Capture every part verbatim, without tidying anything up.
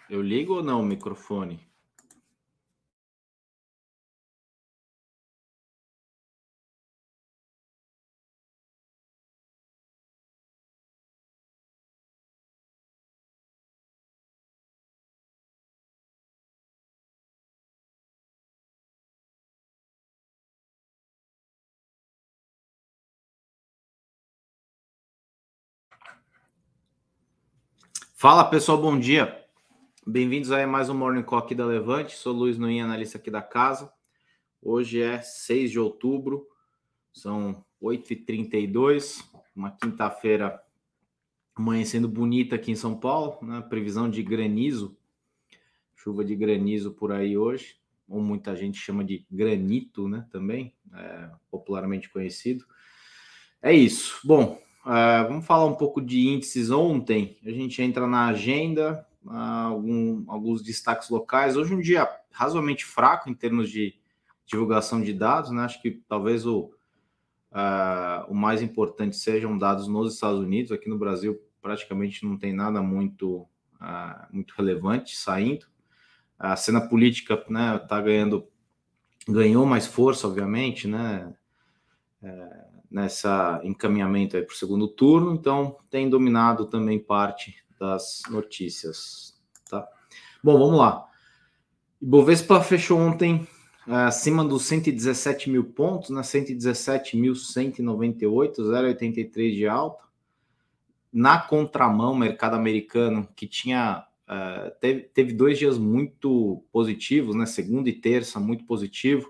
Eu ligo ou não o microfone? Fala pessoal, bom dia. Bem-vindos a mais um Morning Call aqui da Levante. Sou Luiz Noinha, analista aqui da casa. Hoje é seis de outubro, são oito e trinta e dois, uma quinta-feira amanhecendo bonita aqui em São Paulo, né? Previsão de granizo, chuva de granizo por aí hoje, ou muita gente chama de granito, né? Também, é, popularmente conhecido. É isso. Bom, uh, vamos falar um pouco de índices ontem. A gente entra na agenda, uh, algum, alguns destaques locais. Hoje um dia razoavelmente fraco em termos de divulgação de dados, né? Acho que talvez o, uh, o mais importante sejam dados nos Estados Unidos. Aqui no Brasil praticamente não tem nada muito, uh, muito relevante saindo. A cena política, né, tá ganhando, ganhou mais força, obviamente, né? É, nessa encaminhamento para o segundo turno, então tem dominado também parte das notícias, tá? Bom, vamos lá. Ibovespa fechou ontem é, acima dos cento e dezessete mil pontos, né? cento e dezessete mil cento e noventa e oito, zero vírgula oitenta e três de alta. Na contramão, mercado americano, que tinha uh, teve, teve dois dias muito positivos, né? Segunda e terça, muito positivo.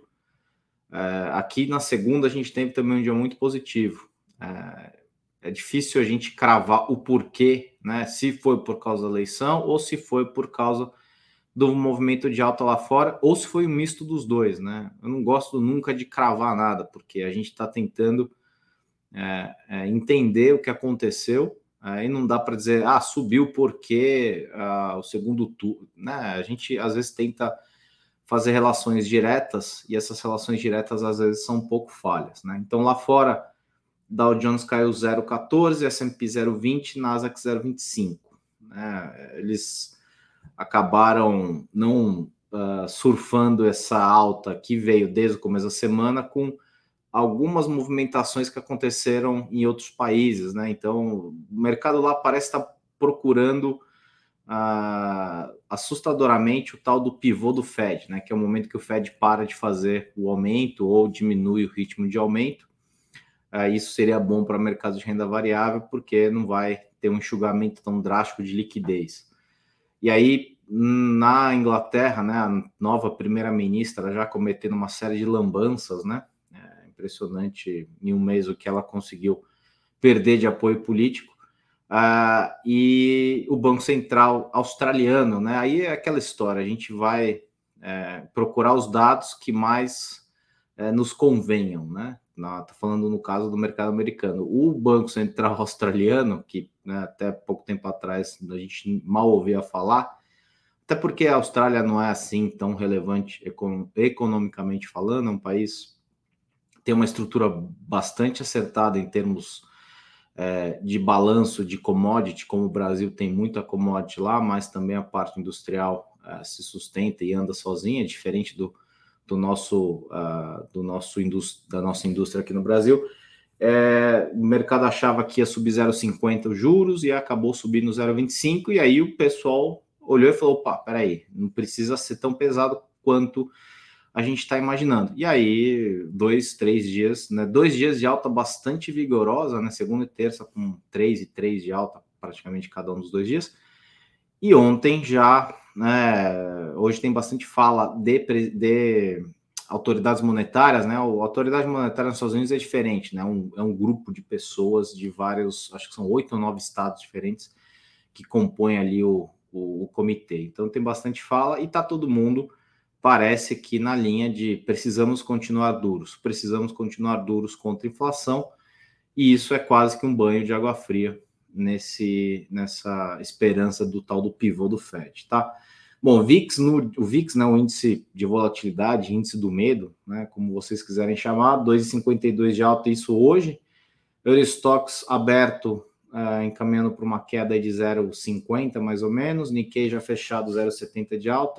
Uh, aqui na segunda a gente teve também um dia muito positivo. Uh, é difícil a gente cravar o porquê, né? Se foi por causa da eleição ou se foi por causa do movimento de alta lá fora, ou se foi um misto dos dois, né? Eu não gosto nunca de cravar nada, porque a gente está tentando é, é, entender o que aconteceu. Aí não dá para dizer, ah, subiu porque ah, o segundo turno, né? A gente às vezes tenta fazer relações diretas e essas relações diretas às vezes são um pouco falhas, né? Então lá fora, Dow Jones caiu zero vírgula quatorze, S and P zero vírgula vinte, Nasdaq zero vírgula vinte e cinco, né? Eles acabaram não uh, surfando essa alta que veio desde o começo da semana com algumas movimentações que aconteceram em outros países, né? Então o mercado lá parece estar procurando Uh, assustadoramente o tal do pivô do Fed, né, que é o momento que o Fed para de fazer o aumento ou diminui o ritmo de aumento. Uh, isso seria bom para o mercado de renda variável, porque não vai ter um enxugamento tão drástico de liquidez. E aí, na Inglaterra, né, a nova primeira-ministra já cometendo uma série de lambanças, né? É impressionante em um mês o que ela conseguiu perder de apoio político. Uh, e o Banco Central australiano, né? Aí é aquela história, a gente vai é, procurar os dados que mais é, nos convenham, né? Estou falando no caso do mercado americano. O Banco Central australiano, que né, até pouco tempo atrás a gente mal ouvia falar, até porque a Austrália não é assim tão relevante econ- economicamente falando, é um país que tem uma estrutura bastante acertada em termos É, de balanço de commodity, como o Brasil tem muita commodity lá, mas também a parte industrial é, se sustenta e anda sozinha, diferente do, do nosso, uh, do nosso da nossa indústria aqui no Brasil. É, o mercado achava que ia subir zero vírgula cinquenta os juros e acabou subindo zero vírgula vinte e cinco, e aí o pessoal olhou e falou, opa, peraí, não precisa ser tão pesado quanto a gente está imaginando. E aí, dois, três dias, né? Dois dias de alta bastante vigorosa, né? Segunda e terça, com três e três de alta, praticamente cada um dos dois dias. E ontem já, né? Hoje tem bastante fala de, de autoridades monetárias, né? A autoridade monetária nos Estados Unidos é diferente, né? Um, é um grupo de pessoas de vários, acho que são oito ou nove estados diferentes que compõem ali o, o, o comitê. Então tem bastante fala e tá todo mundo parece que na linha de precisamos continuar duros, precisamos continuar duros contra a inflação, e isso é quase que um banho de água fria nesse, nessa esperança do tal do pivô do Fed, tá? Bom, V I X, no, o V I X, né, o índice de volatilidade, índice do medo, né, como vocês quiserem chamar, dois vírgula cinquenta e dois de alta, isso hoje. Eurostoxx aberto uh, encaminhando para uma queda de zero vírgula cinquenta mais ou menos, Nikkei já fechado zero vírgula setenta de alta,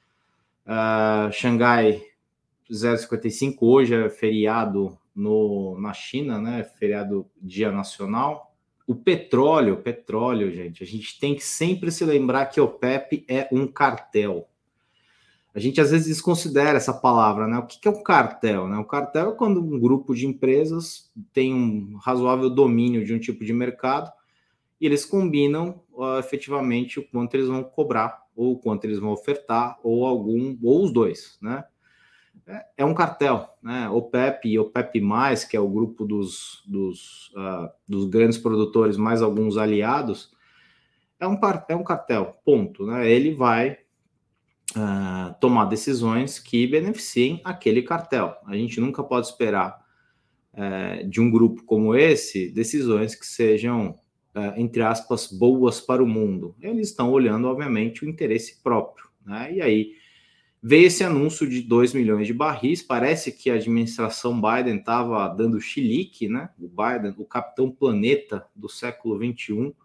uh, Xangai zero vírgula cinquenta e cinco, hoje é feriado no, na China, né? Feriado dia nacional. O petróleo, petróleo, gente, a gente tem que sempre se lembrar que o OPEP é um cartel. A gente às vezes desconsidera essa palavra, né? O que é um cartel? Né? O cartel é quando um grupo de empresas tem um razoável domínio de um tipo de mercado e eles combinam uh, efetivamente o quanto eles vão cobrar, ou o quanto eles vão ofertar, ou algum, ou os dois, né? É um cartel, né? OPEP e OPEP+, que é o grupo dos, dos, uh, dos grandes produtores, mais alguns aliados, é um, é um cartel, ponto, né? Ele vai uh, tomar decisões que beneficiem aquele cartel. A gente nunca pode esperar uh, de um grupo como esse decisões que sejam, uh, entre aspas, boas para o mundo. Eles estão olhando, obviamente, o interesse próprio, né? E aí veio esse anúncio de dois milhões de barris, parece que a administração Biden estava dando chilique, né? O Biden, o capitão planeta do século vinte e um,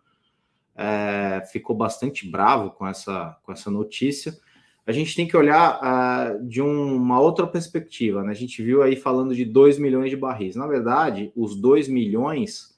é, ficou bastante bravo com essa, com essa notícia. A gente tem que olhar uh, de um, uma outra perspectiva, né? A gente viu aí falando de dois milhões de barris. Na verdade, os dois milhões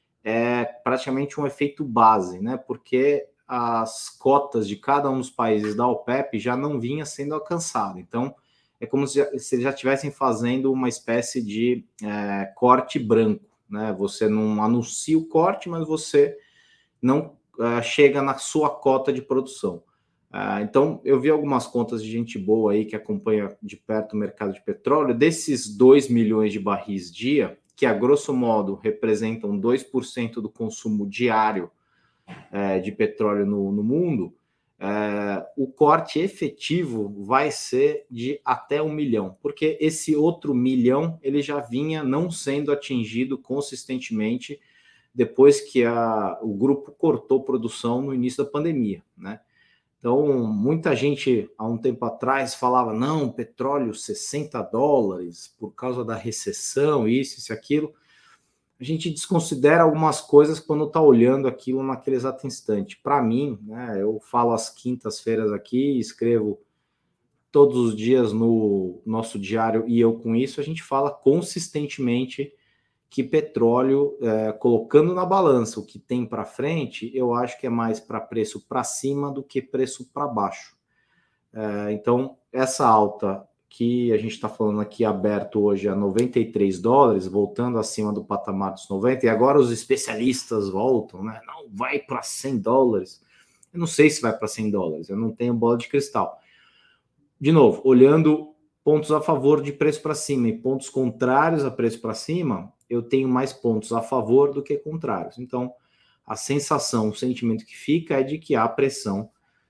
é praticamente um efeito base, né? Porque as cotas de cada um dos países da OPEP já não vinha sendo alcançada. Então, é como se, já, se eles já estivessem fazendo uma espécie de é, corte branco, né? Você não anuncia o corte, mas você não é, chega na sua cota de produção. É, então, eu vi algumas contas de gente boa aí que acompanha de perto o mercado de petróleo. Desses dois milhões de barris dia, que a grosso modo representam dois por cento do consumo diário é, de petróleo no, no mundo, é, o corte efetivo vai ser de até um milhão, porque esse outro milhão ele já vinha não sendo atingido consistentemente depois que a, o grupo cortou produção no início da pandemia, né? Então, muita gente, há um tempo atrás, falava, não, petróleo sessenta dólares por causa da recessão, isso, isso, aquilo. A gente desconsidera algumas coisas quando está olhando aquilo naquele exato instante. Para mim, né, eu falo às quintas-feiras aqui, escrevo todos os dias no nosso diário, e eu com isso, a gente fala consistentemente que petróleo, é, colocando na balança o que tem para frente, eu acho que é mais para preço para cima do que preço para baixo. É, então, essa alta que a gente está falando aqui aberto hoje a noventa e três dólares, voltando acima do patamar dos noventa, e agora os especialistas voltam, né? Não, vai para cem dólares. Eu não sei se vai para cem dólares, eu não tenho bola de cristal. De novo, olhando pontos a favor de preço para cima e pontos contrários a preço para cima, eu tenho mais pontos a favor do que contrários. Então, a sensação, o sentimento que fica é de que há pressão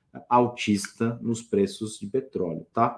altista nos preços de petróleo, tá?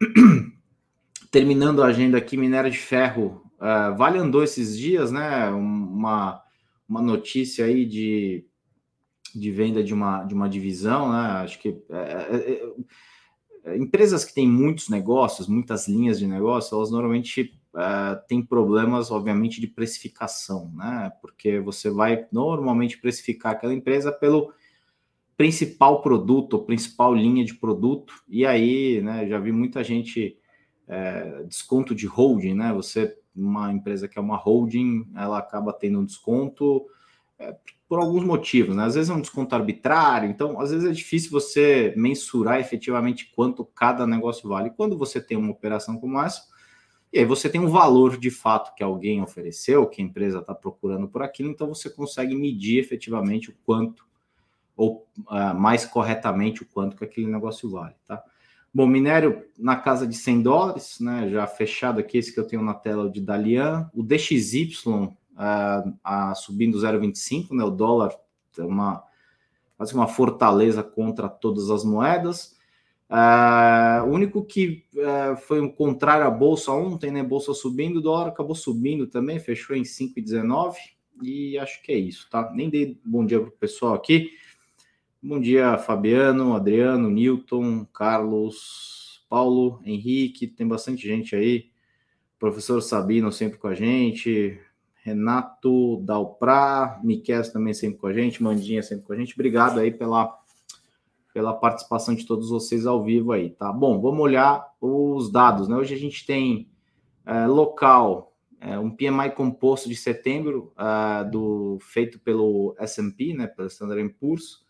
Terminando a agenda aqui, minério de ferro, uh, Vale andou esses dias, né? Uma, uma notícia aí de, de venda de uma, de uma divisão, né? Acho que é, é, é, empresas que têm muitos negócios, muitas linhas de negócio, elas normalmente uh, têm problemas, obviamente, de precificação, né? Porque você vai normalmente precificar aquela empresa pelo principal produto, ou principal linha de produto, e aí, né, já vi muita gente, é, desconto de holding, né, você, uma empresa que é uma holding, ela acaba tendo um desconto é, por alguns motivos, né, às vezes é um desconto arbitrário, então, às vezes é difícil você mensurar efetivamente quanto cada negócio vale. Quando você tem uma operação como essa, e aí você tem um valor de fato que alguém ofereceu, que a empresa está procurando por aquilo, então você consegue medir efetivamente o quanto ou uh, mais corretamente o quanto que aquele negócio vale, tá? Bom, minério na casa de cem dólares, né? Já fechado aqui, esse que eu tenho na tela de Dalian. O D X Y uh, uh, subindo zero vírgula vinte e cinco, né? O dólar é uma, quase uma fortaleza contra todas as moedas. Uh, o único que uh, foi um contrário à bolsa ontem, né? Bolsa subindo, o dólar acabou subindo também, fechou em cinco vírgula dezenove. E acho que é isso, tá? Nem dei bom dia para o pessoal aqui. Bom dia, Fabiano, Adriano, Newton, Carlos, Paulo, Henrique, tem bastante gente aí. Professor Sabino sempre com a gente, Renato Dalprá, Miquel também sempre com a gente, Mandinha sempre com a gente. Obrigado aí pela, pela participação de todos vocês ao vivo aí, tá? Bom, vamos olhar os dados, né? Hoje a gente tem é, local, é, um P M I composto de setembro, é, do, feito pelo S and P, né, pelo Standard and Poor's,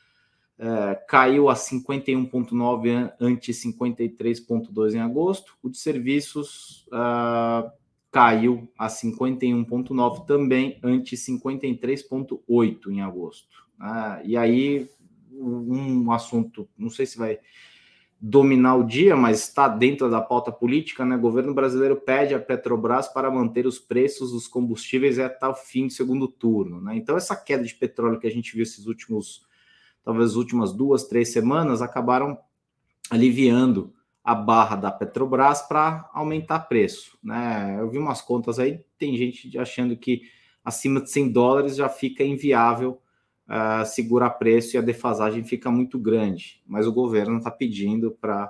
é, caiu a cinquenta e um vírgula nove ante cinquenta e três vírgula dois em agosto. O de serviços uh, caiu a cinquenta e um vírgula nove também ante cinquenta e três vírgula oito em agosto. Uh, e aí, um assunto, não sei se vai dominar o dia, mas está dentro da pauta política, né? O governo brasileiro pede à Petrobras para manter os preços dos combustíveis até o fim do segundo turno, né? Então, essa queda de petróleo que a gente viu esses últimos talvez as últimas duas, três semanas, acabaram aliviando a barra da Petrobras para aumentar preço, né? Eu vi umas contas aí, tem gente achando que acima de cem dólares já fica inviável uh, segurar preço e a defasagem fica muito grande, mas o governo está pedindo para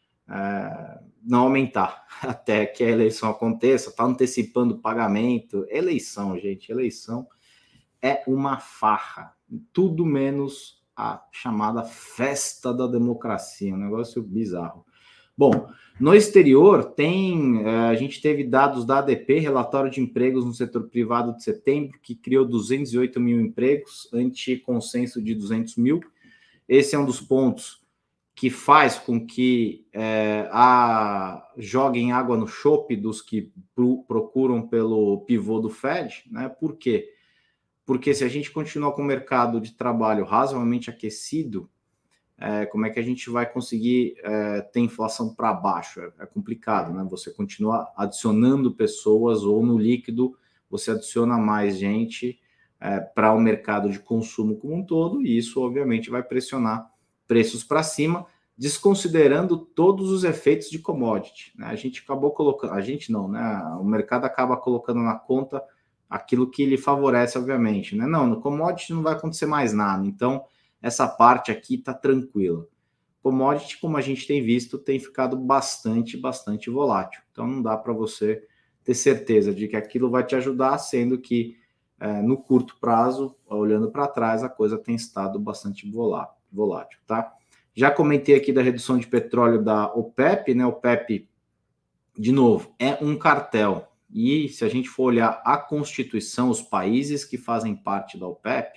uh, não aumentar até que a eleição aconteça, está antecipando o pagamento. Eleição, gente, eleição é uma farra, tudo menos a chamada festa da democracia, um negócio bizarro. Bom, no exterior, tem, a gente teve dados da A D P, relatório de empregos no setor privado de setembro, que criou duzentos e oito mil empregos, ante consenso de duzentos mil. Esse é um dos pontos que faz com que é, a, joguem água no chope dos que pro, procuram pelo pivô do Fed, né? Por quê? Porque se a gente continuar com o mercado de trabalho razoavelmente aquecido, é, como é que a gente vai conseguir é, ter inflação para baixo? É, é complicado, né? Você continua adicionando pessoas ou no líquido você adiciona mais gente é, para o mercado de consumo como um todo, e isso obviamente vai pressionar preços para cima, desconsiderando todos os efeitos de commodity, né? A gente acabou colocando, a gente não, né? O mercado acaba colocando na conta aquilo que lhe favorece, obviamente, né? Não, no commodity não vai acontecer mais nada, então essa parte aqui está tranquila. Commodity, como a gente tem visto, tem ficado bastante, bastante volátil, então não dá para você ter certeza de que aquilo vai te ajudar, sendo que é, no curto prazo, olhando para trás, a coisa tem estado bastante volátil, tá? Já comentei aqui da redução de petróleo da OPEP, né? OPEP, de novo, é um cartel. E se a gente for olhar a Constituição, os países que fazem parte da OPEP,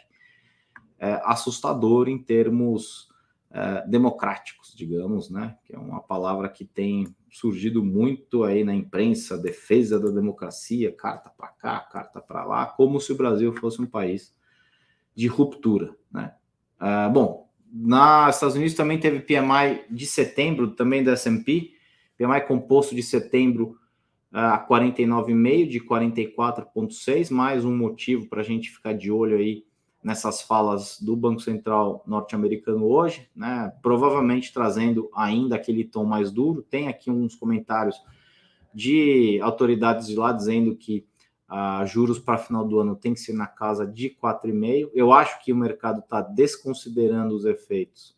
é assustador em termos é, democráticos, digamos, né? Que é uma palavra que tem surgido muito aí na imprensa, defesa da democracia, carta para cá, carta para lá, como se o Brasil fosse um país de ruptura, né? É, bom, nos Estados Unidos também teve P M I de setembro, também da S and P, P M I composto de setembro a quarenta e nove vírgula cinco de quarenta e quatro vírgula seis, mais um motivo para a gente ficar de olho aí nessas falas do Banco Central norte-americano hoje, né? Provavelmente trazendo ainda aquele tom mais duro. Tem aqui uns comentários de autoridades de lá dizendo que uh, juros para final do ano tem que ser na casa de quatro vírgula cinco. Eu acho que o mercado está desconsiderando os efeitos,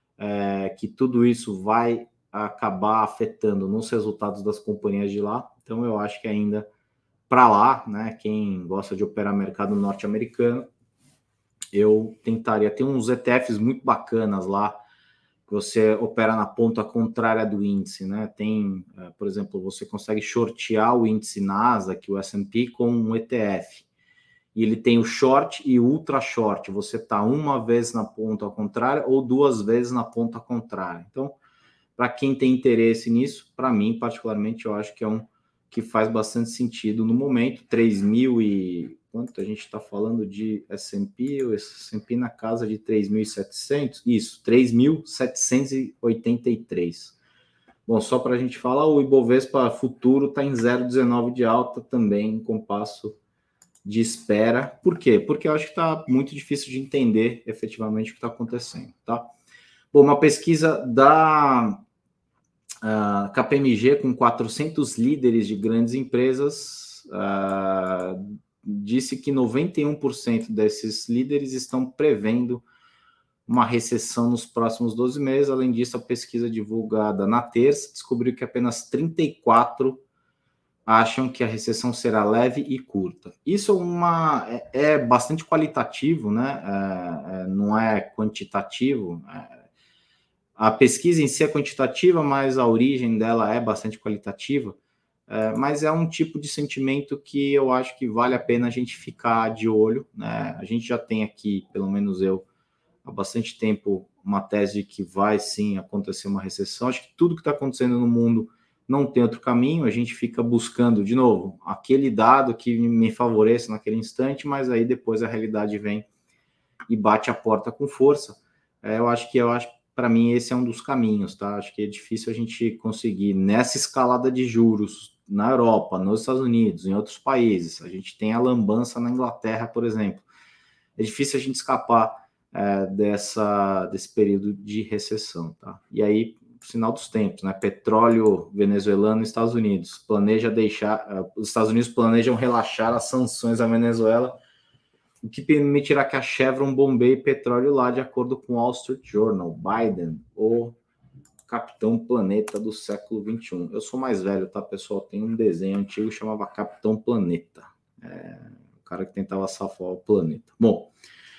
é, que tudo isso vai acabar afetando nos resultados das companhias de lá. Então eu acho que ainda para lá, né, quem gosta de operar mercado norte-americano, eu tentaria, tem uns E T Fs muito bacanas lá, que você opera na ponta contrária do índice, né? Tem, por exemplo, você consegue shortear o índice Nasdaq, o S and P, com um E T F. E ele tem o short e o ultra short. Você está uma vez na ponta contrária ou duas vezes na ponta contrária. Então, para quem tem interesse nisso, para mim, particularmente, eu acho que é um que faz bastante sentido no momento. três mil e... Quanto a gente está falando de S and P? O S and P na casa de três mil e setecentos? Isso, três mil setecentos e oitenta e três. Bom, só para a gente falar, o Ibovespa futuro está em zero vírgula dezenove de alta também, em compasso de espera. Por quê? Porque eu acho que está muito difícil de entender efetivamente o que está acontecendo, tá? Bom, uma pesquisa da uh, K P M G com quatrocentos líderes de grandes empresas uh, disse que noventa e um por cento desses líderes estão prevendo uma recessão nos próximos doze meses. Além disso, a pesquisa divulgada na terça descobriu que apenas trinta e quatro acham que a recessão será leve e curta. Isso é, uma, é, é bastante qualitativo, né? É, é, não é quantitativo. É, a pesquisa em si é quantitativa, mas a origem dela é bastante qualitativa. É, mas é um tipo de sentimento que eu acho que vale a pena a gente ficar de olho, né? A gente já tem aqui, pelo menos eu, há bastante tempo, uma tese de que vai sim acontecer uma recessão. Acho que tudo que está acontecendo no mundo não tem outro caminho, a gente fica buscando, de novo, aquele dado que me favoreça naquele instante, mas aí depois a realidade vem e bate a porta com força. É, eu acho que, eu acho, para mim, esse é um dos caminhos, tá? Acho que é difícil a gente conseguir, nessa escalada de juros, na Europa, nos Estados Unidos, em outros países, a gente tem a lambança na Inglaterra, por exemplo. É difícil a gente escapar é, dessa, desse período de recessão, tá? E aí, sinal dos tempos, né? Petróleo venezuelano nos Estados Unidos planeja deixar, uh, os Estados Unidos planejam relaxar as sanções à Venezuela, o que permitirá que a Chevron bombeie petróleo lá, de acordo com o Wall Street Journal. Biden, o Capitão Planeta do século vinte e um. Eu sou mais velho, tá, pessoal? Tem um desenho antigo que chamava Capitão Planeta. É, o cara que tentava safar o planeta. Bom,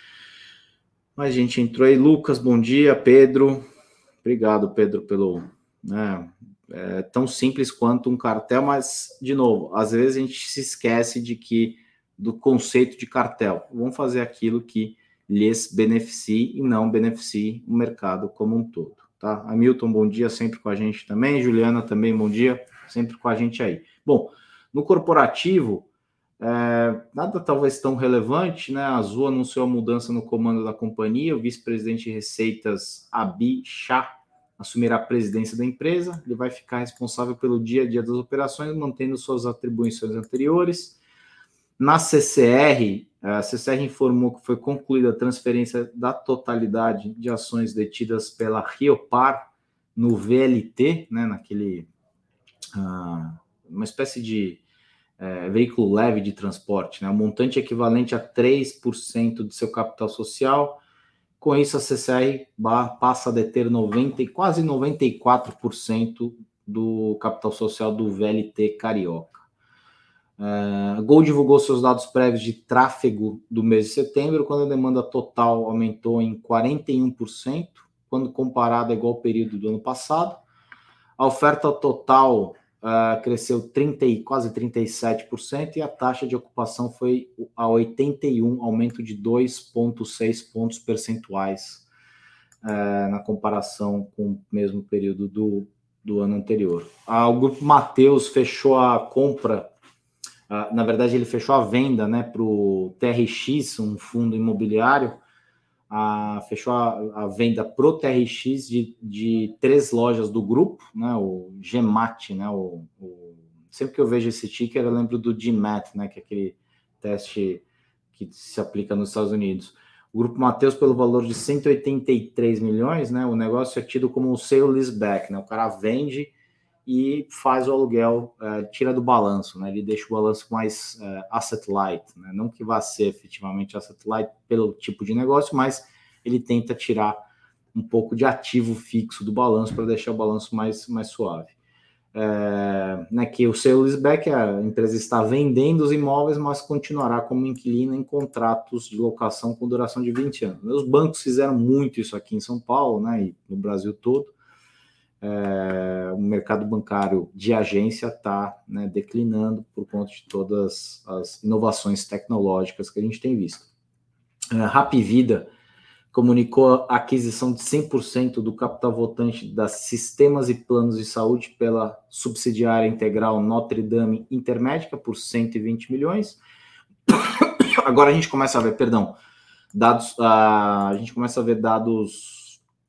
mas a gente entrou aí. Lucas, bom dia. Pedro, obrigado, Pedro, pelo... Né, é tão simples quanto um cartel, mas, de novo, às vezes a gente se esquece de que do conceito de cartel. Vão fazer aquilo que lhes beneficie e não beneficie o mercado como um todo. Tá? Hamilton, bom dia, sempre com a gente também. Juliana também, bom dia, sempre com a gente aí. Bom, no corporativo, é, nada talvez tão relevante, né? A Azul anunciou a mudança no comando da companhia, o vice-presidente de receitas, Abi Shah, assumirá a presidência da empresa. Ele vai ficar responsável pelo dia a dia das operações, mantendo suas atribuições anteriores. Na C C R, a C C R informou que foi concluída a transferência da totalidade de ações detidas pela Riopar no V L T, né, naquele, uh, uma espécie de uh, veículo leve de transporte, né, um montante equivalente a três por cento de seu capital social. Com isso, a C C R passa a deter noventa, quase noventa e quatro por cento do capital social do V L T carioca. Uh, Gol divulgou seus dados prévios de tráfego do mês de setembro, quando a demanda total aumentou em quarenta e um por cento, quando comparado ao igual período do ano passado. A oferta total uh, cresceu trinta, quase trinta e sete por cento e a taxa de ocupação foi a oitenta e um, aumento de dois vírgula seis pontos percentuais uh, na comparação com o mesmo período do, do ano anterior. Uh, o Grupo Mateus fechou a compra. Uh, na verdade, ele fechou a venda, né, para o T R X, um fundo imobiliário, uh, fechou a, a venda para o T R X de, de três lojas do grupo, né, o G M A T, né, o, o, sempre que eu vejo esse ticker, eu lembro do G M A T, né, que é aquele teste que se aplica nos Estados Unidos. O Grupo Mateus, pelo valor de cento e oitenta e três milhões, né, o negócio é tido como um sale leaseback, né, o cara vende e faz o aluguel, uh, tira do balanço, né? Ele deixa o balanço mais uh, asset light, né? Não que vá ser efetivamente asset light pelo tipo de negócio, mas ele tenta tirar um pouco de ativo fixo do balanço para deixar o balanço mais, mais suave. É, né, que o sale leaseback, a empresa está vendendo os imóveis, mas continuará como inquilina em contratos de locação com duração de vinte anos. Os bancos fizeram muito isso aqui em São Paulo, né, e no Brasil todo. É, o mercado bancário de agência está, né, declinando por conta de todas as inovações tecnológicas que a gente tem visto. É, Hapvida comunicou a aquisição de cem por cento do capital votante das Sistemas e Planos de Saúde pela subsidiária integral Notre Dame Intermédica por cento e vinte milhões. Agora a gente começa a ver, perdão, dados, uh, a gente começa a ver dados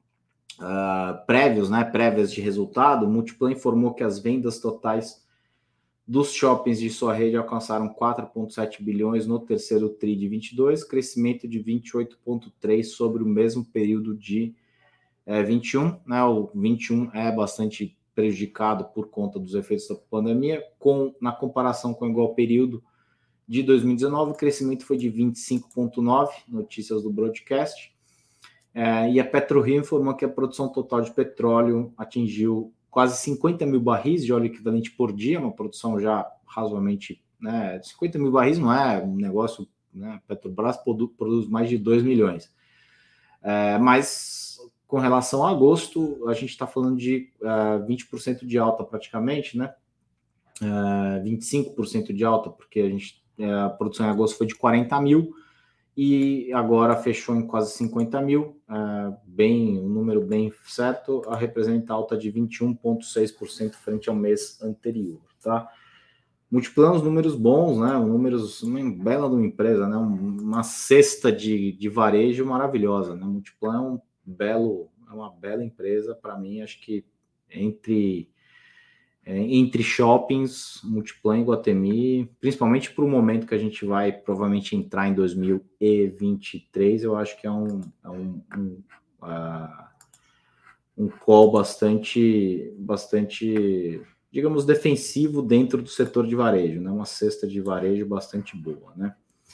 Uh, prévios, né, prévias de resultado. O Multiplan informou que as vendas totais dos shoppings de sua rede alcançaram quatro vírgula sete bilhões no terceiro tri de vinte e dois, crescimento de vinte e oito vírgula três sobre o mesmo período de é, vinte e um. Né, o vinte e um é bastante prejudicado por conta dos efeitos da pandemia, com, na comparação com o igual período de dois mil e dezenove, o crescimento foi de vinte e cinco vírgula nove, notícias do broadcast. É, e a PetroRio informou que a produção total de petróleo atingiu quase cinquenta mil barris de óleo equivalente por dia, uma produção já razoavelmente, né, cinquenta mil barris não é um negócio, né, Petrobras produ, produz mais de dois milhões. É, mas com relação a agosto, a gente está falando de uh, vinte por cento de alta praticamente, né? Uh, vinte e cinco por cento de alta, porque a, gente, uh, a produção em agosto foi de quarenta mil e agora fechou em quase cinquenta mil, uh, bem, um número bem certo, a representa alta de vinte e um vírgula seis por cento frente ao mês anterior, tá? Multiplanos, números bons, né? Números, uma bela de uma empresa, né? Uma cesta de, de varejo maravilhosa, né? Multiplan é um belo, é uma bela empresa para mim. Acho que entre é, entre shoppings, Multiplan e Iguatemi, principalmente para o momento que a gente vai provavelmente entrar em dois mil e vinte e três, eu acho que é um é um, um, uh, um call bastante bastante digamos, defensivo dentro do setor de varejo, né? Uma cesta de varejo bastante boa, né?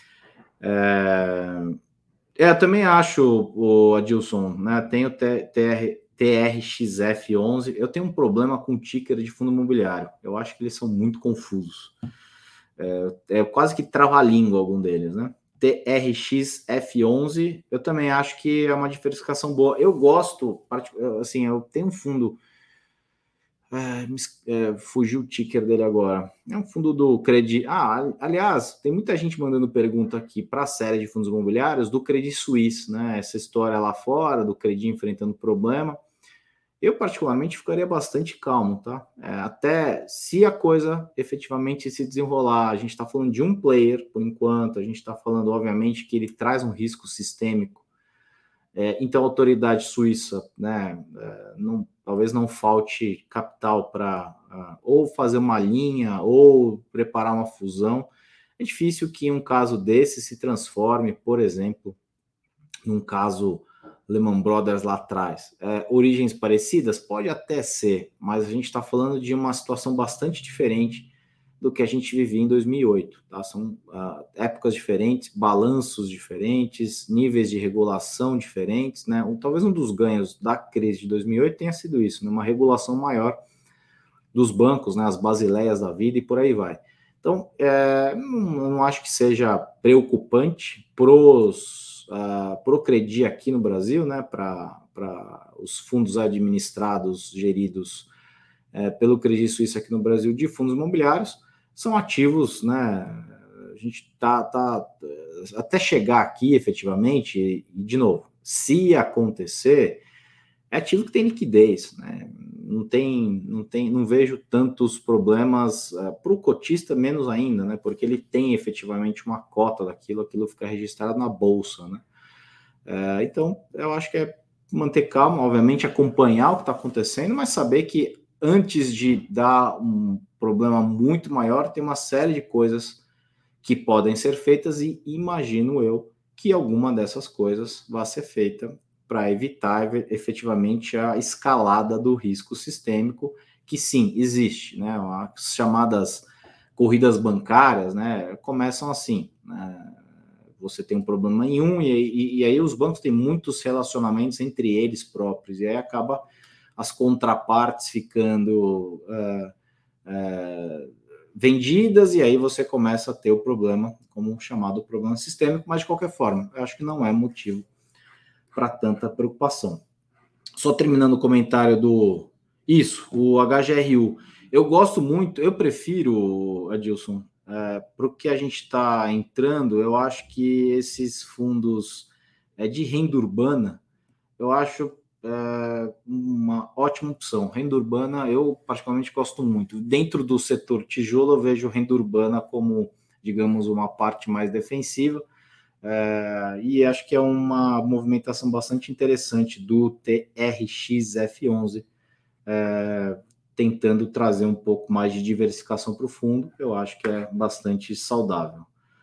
É, é eu também acho, o Adilson, né? Tem o T R X F onze, eu tenho um problema com o ticker de fundo imobiliário, eu acho que eles são muito confusos, é, é quase que trava-língua algum deles, né? T R X F onze, eu também acho que é uma diversificação boa, eu gosto, assim, eu tenho um fundo. É, é, fugiu o ticker dele agora. É um fundo do Credit. Ah, aliás, tem muita gente mandando pergunta aqui para a série de fundos imobiliários do Credit Suisse, né? Essa história lá fora, do Credit enfrentando problema. Eu, particularmente, ficaria bastante calmo, tá? É, até se a coisa efetivamente se desenrolar. A gente está falando de um player, por enquanto, a gente está falando, obviamente, que ele traz um risco sistêmico. É, então, a autoridade suíça, né, não, talvez não falte capital para uh, ou fazer uma linha ou preparar uma fusão. É difícil que um caso desse se transforme, por exemplo, num caso Lehman Brothers lá atrás. É, origens parecidas? Pode até ser, mas a gente está falando de uma situação bastante diferente do que a gente vivia em dois mil e oito. Tá? São uh, épocas diferentes, balanços diferentes, níveis de regulação diferentes. Né? Um, talvez um dos ganhos da crise de dois mil e oito tenha sido isso, né? Uma regulação maior dos bancos, né? As basileias da vida e por aí vai. Então, é, não, não acho que seja preocupante para uh, o Credi aqui no Brasil, né? Para os fundos administrados, geridos é, pelo Credit Suisse aqui no Brasil de fundos imobiliários, são ativos, né? A gente tá, tá até chegar aqui efetivamente, e de novo, se acontecer, é ativo que tem liquidez, né? Não tem, não tem, não vejo tantos problemas uh, para o cotista, menos ainda, né? Porque ele tem efetivamente uma cota daquilo, aquilo fica registrado na bolsa, né? Uh, então, eu acho que é manter calma, obviamente, acompanhar o que está acontecendo, mas saber que antes de dar um problema muito maior, tem uma série de coisas que podem ser feitas e imagino eu que alguma dessas coisas vai ser feita para evitar efetivamente a escalada do risco sistêmico, que sim, existe, né? As chamadas corridas bancárias, né? Começam assim, né? Você tem um problema em um e, e, e aí os bancos têm muitos relacionamentos entre eles próprios e aí acaba as contrapartes ficando uh, uh, vendidas, e aí você começa a ter o problema, como um chamado problema sistêmico, mas de qualquer forma, eu acho que não é motivo para tanta preocupação. Só terminando o comentário do... Isso, o H G R U. Eu gosto muito, eu prefiro, Adilson, uh, para o que a gente está entrando, eu acho que esses fundos uh, de renda urbana, eu acho é uma ótima opção. Renda urbana, eu particularmente gosto muito. Dentro do setor tijolo, eu vejo renda urbana como, digamos, uma parte mais defensiva. É, e acho que é uma movimentação bastante interessante do T R X F onze, é, tentando trazer um pouco mais de diversificação para o fundo. Eu acho que é bastante saudável.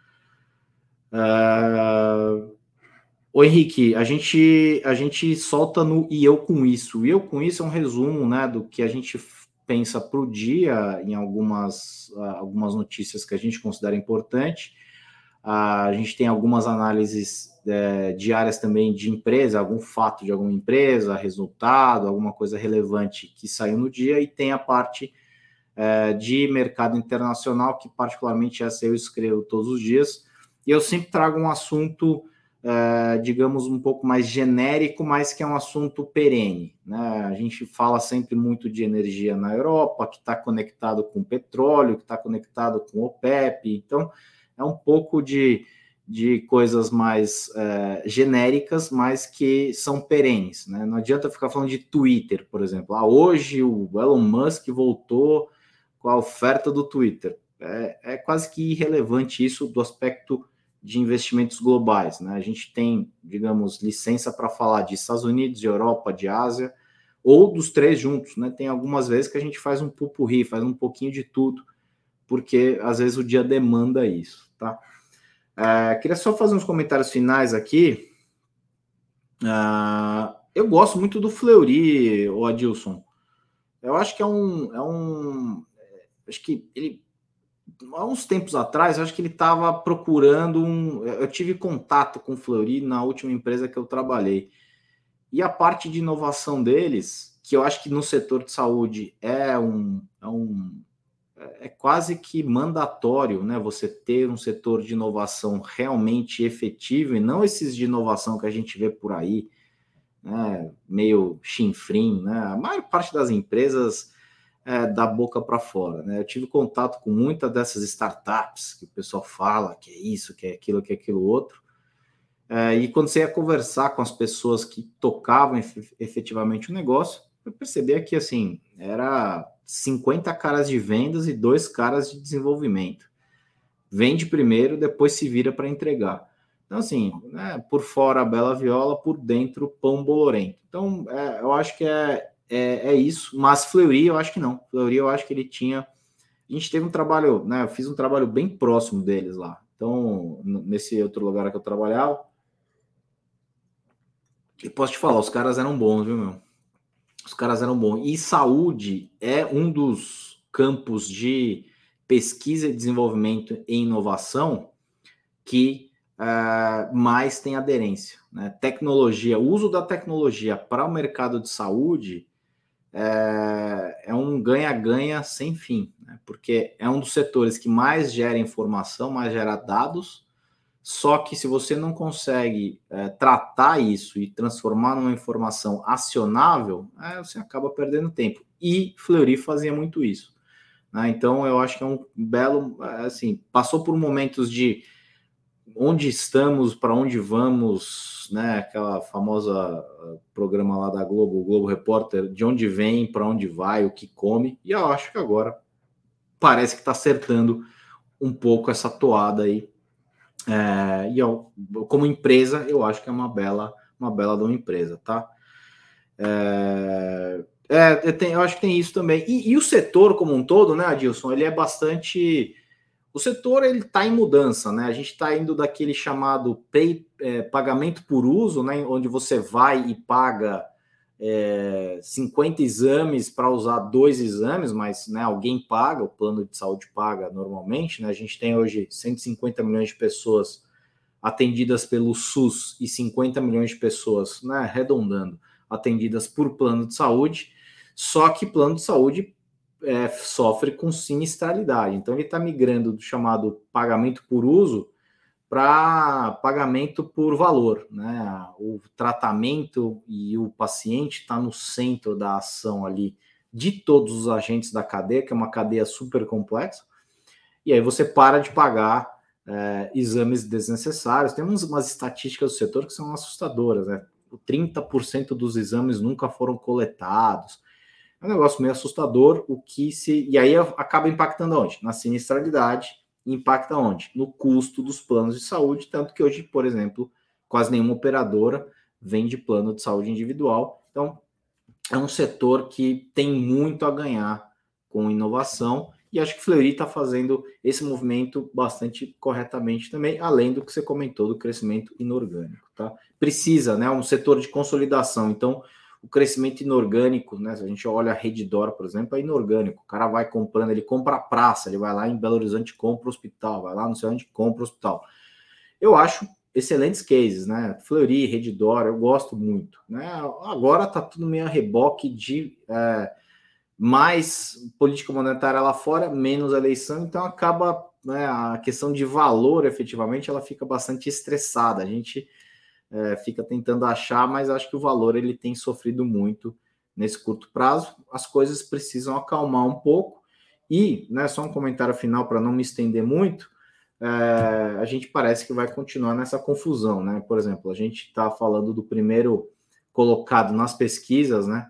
É... Ô Henrique, a gente, a gente solta no E Eu Com Isso. O E Eu Com Isso é um resumo, né, do que a gente pensa para o dia em algumas, algumas notícias que a gente considera importante. A gente tem algumas análises é, diárias também de empresa, algum fato de alguma empresa, resultado, alguma coisa relevante que saiu no dia, e tem a parte é, de mercado internacional, que particularmente essa eu escrevo todos os dias, e eu sempre trago um assunto, é, digamos, um pouco mais genérico, mas que é um assunto perene, né? A gente fala sempre muito de energia na Europa, que está conectado com petróleo, que está conectado com o OPEP, então é um pouco de, de coisas mais é, genéricas, mas que são perenes, né? Não adianta ficar falando de Twitter, por exemplo. Ah, hoje o Elon Musk voltou com a oferta do Twitter. É, é quase que irrelevante isso do aspecto de investimentos globais, né? A gente tem, digamos, licença para falar de Estados Unidos, de Europa, de Ásia, ou dos três juntos, né? Tem algumas vezes que a gente faz um pupurri, faz um pouquinho de tudo, porque às vezes o dia demanda isso, tá? É, queria só fazer uns comentários finais aqui. Uh, eu gosto muito do Fleury, o Adilson. Eu acho que é um, é um, acho que ele, há uns tempos atrás, eu acho que ele estava procurando um. Eu tive contato com o Fleury na última empresa que eu trabalhei. E a parte de inovação deles, que eu acho que no setor de saúde é um, é um é quase que mandatório, né? Você ter um setor de inovação realmente efetivo, e não esses de inovação que a gente vê por aí, né? Meio chinfrim, né? A maior parte das empresas é da boca para fora, né? Eu tive contato com muitas dessas startups que o pessoal fala que é isso, que é aquilo, que é aquilo outro. É, e quando você ia conversar com as pessoas que tocavam efetivamente o negócio, eu percebia que assim era cinquenta caras de vendas e dois caras de desenvolvimento. Vende primeiro, depois se vira para entregar. Então, assim, né, por fora a bela viola, por dentro pão bolorento. Então, é, eu acho que é, é, é isso. Mas Fleury, eu acho que não. Fleury, eu acho que ele tinha... A gente teve um trabalho, né? Eu fiz um trabalho bem próximo deles lá. Então, nesse outro lugar que eu trabalhava, e posso te falar, os caras eram bons, viu, meu? Os caras eram bons. E saúde é um dos campos de pesquisa e desenvolvimento e inovação que uh, mais tem aderência, né? Tecnologia, o uso da tecnologia para o mercado de saúde é, é um ganha-ganha sem fim, né? Porque é um dos setores que mais gera informação, mais gera dados. Só que se você não consegue é, tratar isso e transformar numa informação acionável, é, você acaba perdendo tempo. E Fleury fazia muito isso, né? Então eu acho que é um belo, assim, passou por momentos de onde estamos, para onde vamos, né? Aquela famosa programa lá da Globo, o Globo Repórter, de onde vem, para onde vai, o que come. E eu acho que agora parece que está acertando um pouco essa toada aí. É, e eu, como empresa, eu acho que é uma bela, uma bela de uma empresa, tá? É, é, eu, tenho, eu acho que tem isso também. E, e o setor como um todo, né, Adilson? Ele é bastante. O setor ele está em mudança, né? A gente está indo daquele chamado pay, é, pagamento por uso, né? Onde você vai e paga é, cinquenta exames para usar dois exames, mas né, alguém paga, o plano de saúde paga normalmente, né? A gente tem hoje cento e cinquenta milhões de pessoas atendidas pelo SUS e cinquenta milhões de pessoas, né, arredondando, atendidas por plano de saúde, só que plano de saúde é, sofre com sinistralidade. Então ele está migrando do chamado pagamento por uso para pagamento por valor, né? O tratamento e o paciente está no centro da ação ali de todos os agentes da cadeia, que é uma cadeia super complexa, e aí você para de pagar é, exames desnecessários. Temos umas estatísticas do setor que são assustadoras, né? trinta por cento dos exames nunca foram coletados. É um negócio meio assustador, o que se... E aí acaba impactando onde? Na sinistralidade. Impacta onde? No custo dos planos de saúde, tanto que hoje, por exemplo, quase nenhuma operadora vende plano de saúde individual. Então, é um setor que tem muito a ganhar com inovação, e acho que o Fleury está fazendo esse movimento bastante corretamente também, além do que você comentou do crescimento inorgânico, tá? Precisa, né? Um setor de consolidação, então o crescimento inorgânico, né? Se a gente olha a Redditor, por exemplo, é inorgânico. O cara vai comprando, ele compra a praça, ele vai lá em Belo Horizonte, compra o hospital, vai lá não sei onde, compra o hospital. eu acho excelentes cases, né? Fleury, Redditor, eu gosto muito, né? Agora tá tudo meio a reboque de é, mais política monetária lá fora, menos eleição, então acaba, né, a questão de valor, efetivamente, ela fica bastante estressada. A gente é, fica tentando achar, mas acho que o valor ele tem sofrido muito nesse curto prazo. As coisas precisam acalmar um pouco. E, né, só um comentário final para não me estender muito, é, a gente parece que vai continuar nessa confusão, né? Por exemplo, a gente está falando do primeiro colocado nas pesquisas, né?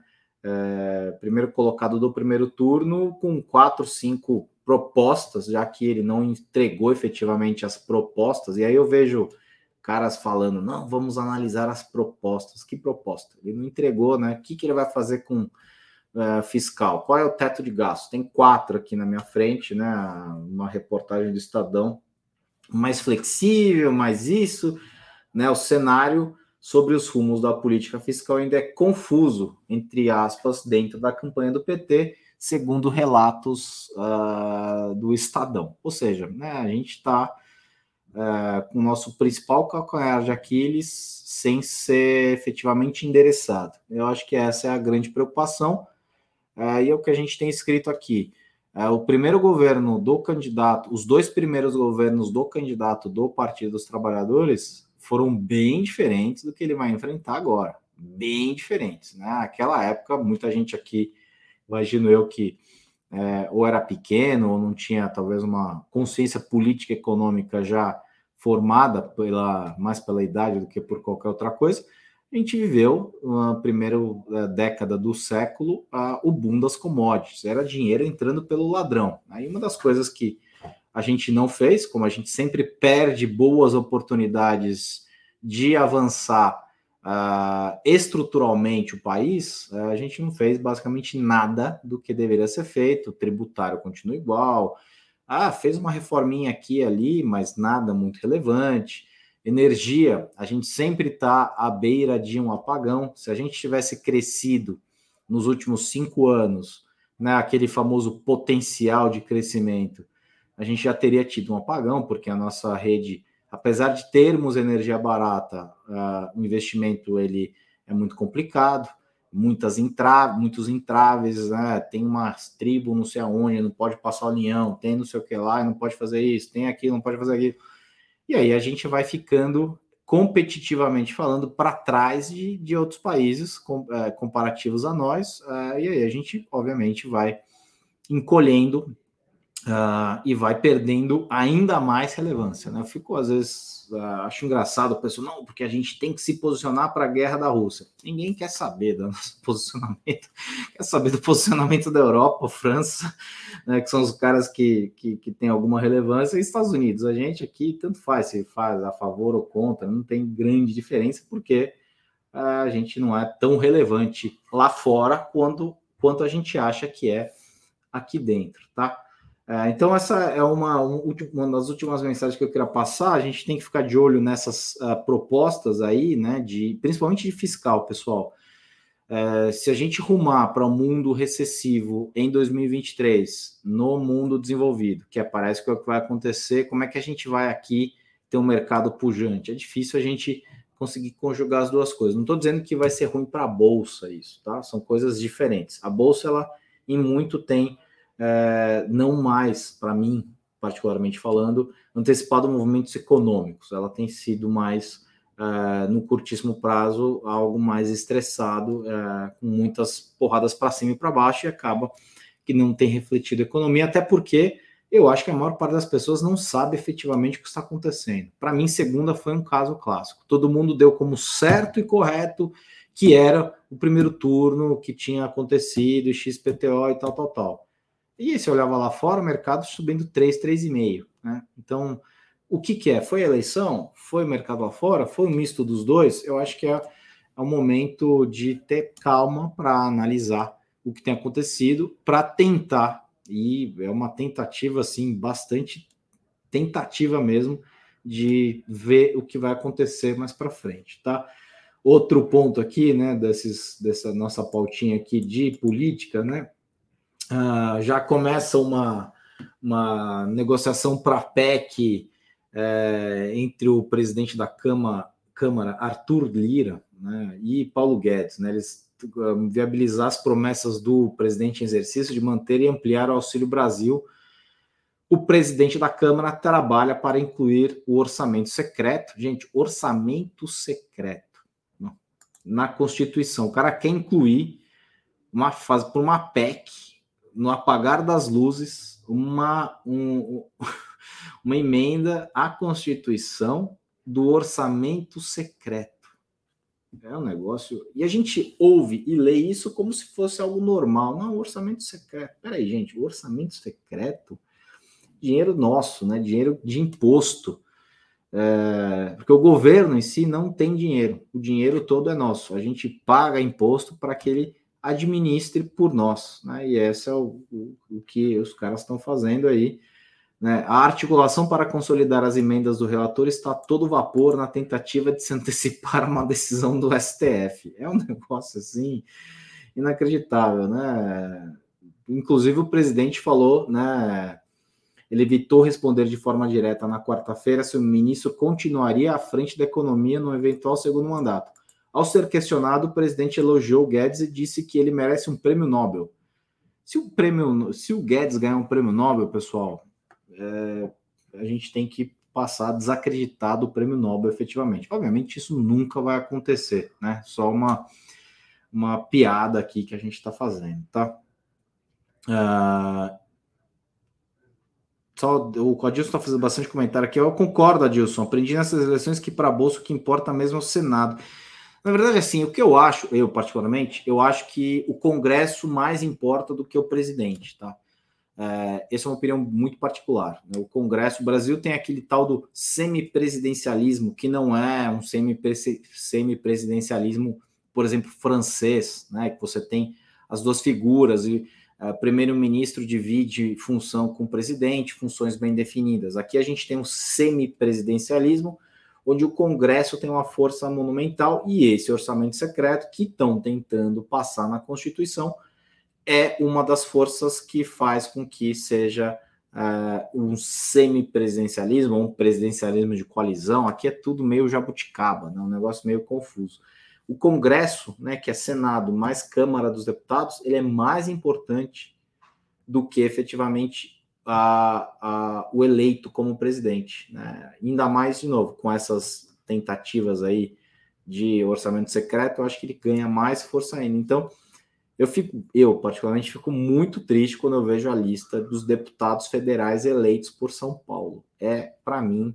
É, primeiro colocado do primeiro turno com quatro, cinco propostas, já que ele não entregou efetivamente as propostas. E aí eu vejo caras falando, não, vamos analisar as propostas. Que proposta? Ele não entregou, né? O que, que ele vai fazer com uh, fiscal? Qual é o teto de gasto? Tem quatro aqui na minha frente, né? Uma reportagem do Estadão mais flexível, mais isso, né? O cenário sobre os rumos da política fiscal ainda é confuso, entre aspas, dentro da campanha do P T, segundo relatos uh, do Estadão. Ou seja, né, a gente está uh, com o nosso principal calcanhar de Aquiles sem ser efetivamente endereçado. Eu acho que essa é a grande preocupação, uh, e é o que a gente tem escrito aqui. É, o primeiro governo do candidato, os dois primeiros governos do candidato do Partido dos Trabalhadores foram bem diferentes do que ele vai enfrentar agora. Bem diferentes, né? Naquela época, muita gente aqui, imagino eu que é, ou era pequeno ou não tinha talvez uma consciência política e econômica já formada pela, mais pela idade do que por qualquer outra coisa. A gente viveu na primeira década do século uh, o boom das commodities, era dinheiro entrando pelo ladrão. Aí uma das coisas que a gente não fez, como a gente sempre perde boas oportunidades de avançar uh, estruturalmente o país, uh, a gente não fez basicamente nada do que deveria ser feito, o tributário continua igual, ah, fez uma reforminha aqui e ali, mas nada muito relevante. Energia, a gente sempre está à beira de um apagão. Se a gente tivesse crescido nos últimos cinco anos, né, aquele famoso potencial de crescimento, a gente já teria tido um apagão, porque a nossa rede, apesar de termos energia barata, uh, o investimento ele é muito complicado, muitas entraves, muitos entraves, né? Tem uma tribo não sei aonde, não pode passar o linhão, tem não sei o que lá, não pode fazer isso, tem aquilo, não pode fazer aquilo. E aí a gente vai ficando, competitivamente falando, para trás de, de outros países com, é, comparativos a nós, é, e aí a gente, obviamente, vai encolhendo uh, e vai perdendo ainda mais relevância. Né? Eu fico, às vezes, uh, acho engraçado, o pessoal, não, porque a gente tem que se posicionar para a guerra da Rússia. Ninguém quer saber do nosso posicionamento, quer saber do posicionamento da Europa, França, né, que são os caras que, que, que têm alguma relevância, e Estados Unidos. A gente aqui, tanto faz, se faz a favor ou contra, não tem grande diferença, porque a gente não é tão relevante lá fora quanto, quanto a gente acha que é aqui dentro, tá? Então, essa é uma, uma das últimas mensagens que eu queria passar. A gente tem que ficar de olho nessas uh, propostas aí, né, de, principalmente de fiscal, pessoal. Uh, se a gente rumar para um mundo recessivo em dois mil e vinte e três, no mundo desenvolvido, que é, parece que é o que vai acontecer, como é que a gente vai aqui ter um mercado pujante? É difícil a gente conseguir conjugar as duas coisas. Não estou dizendo que vai ser ruim para a Bolsa isso, tá? São coisas diferentes. A Bolsa, ela, em muito, tem... É, não mais, para mim, particularmente falando, antecipado movimentos econômicos. Ela tem sido mais, é, no curtíssimo prazo, algo mais estressado, é, com muitas porradas para cima e para baixo, e acaba que não tem refletido a economia, até porque eu acho que a maior parte das pessoas não sabe efetivamente o que está acontecendo. Para mim, segunda foi um caso clássico. Todo mundo deu como certo e correto que era o primeiro turno, que tinha acontecido, X P T O e tal, tal, tal. E se olhava lá fora, o mercado subindo três, três vírgula cinco, né? Então, o que, que é? Foi a eleição? Foi o mercado lá fora? Foi um misto dos dois? Eu acho que é, é um momento de ter calma para analisar o que tem acontecido, para tentar, e é uma tentativa, assim, bastante tentativa mesmo, de ver o que vai acontecer mais para frente, tá? Outro ponto aqui, né, desses, dessa nossa pautinha aqui de política, né? Uh, já começa uma, uma negociação para a P E C é, entre o presidente da Câmara, Câmara Arthur Lira, né, e Paulo Guedes, né, eles uh, viabilizar as promessas do presidente em exercício de manter e ampliar o Auxílio Brasil. O presidente da Câmara trabalha para incluir o orçamento secreto. Gente, orçamento secreto não, na Constituição. O cara quer incluir uma fase por uma P E C, no apagar das luzes, uma, um, uma emenda à Constituição do orçamento secreto. É um negócio... E a gente ouve e lê isso como se fosse algo normal. Não, orçamento secreto. Peraí, gente, o orçamento secreto... dinheiro nosso, né? Dinheiro de imposto. É, porque o governo em si não tem dinheiro. O dinheiro todo é nosso. A gente paga imposto para que ele administre por nós. Né? E esse é o, o, o que os caras estão fazendo aí. Né? A articulação para consolidar as emendas do relator está a todo vapor na tentativa de se antecipar uma decisão do S T F. É um negócio assim inacreditável, né? Inclusive o presidente falou, né? Ele evitou responder de forma direta na quarta-feira se o ministro continuaria à frente da economia no eventual segundo mandato. Ao ser questionado, o presidente elogiou Guedes e disse que ele merece um prêmio Nobel. Se o, prêmio, se o Guedes ganhar um prêmio Nobel, pessoal, é, a gente tem que passar a desacreditar do prêmio Nobel efetivamente. Obviamente, isso nunca vai acontecer, né? Só uma, uma piada aqui que a gente está fazendo, tá? Uh, Só, o Adilson está fazendo bastante comentário aqui. Eu concordo, Adilson. Aprendi nessas eleições que para bolso o que importa mesmo é o Senado. Na verdade, assim, o que eu acho, eu particularmente, eu acho que o Congresso mais importa do que o presidente, tá? É, essa é uma opinião muito particular. Né? O Congresso, o Brasil tem aquele tal do semipresidencialismo, que não é um semipresidencialismo, por exemplo, francês, né? Que você tem as duas figuras e Uh, primeiro-ministro divide função com o presidente, funções bem definidas. Aqui a gente tem um semipresidencialismo, onde o Congresso tem uma força monumental e esse orçamento secreto que estão tentando passar na Constituição é uma das forças que faz com que seja uh, um semipresidencialismo, um presidencialismo de coalizão. Aqui é tudo meio jabuticaba, né? Um negócio meio confuso. O Congresso, né, que é Senado mais Câmara dos Deputados, ele é mais importante do que efetivamente a, a, o eleito como presidente. Né? Ainda mais, de novo, com essas tentativas aí de orçamento secreto, eu acho que ele ganha mais força ainda. Então, eu, fico, eu particularmente fico muito triste quando eu vejo a lista dos deputados federais eleitos por São Paulo. É, para mim,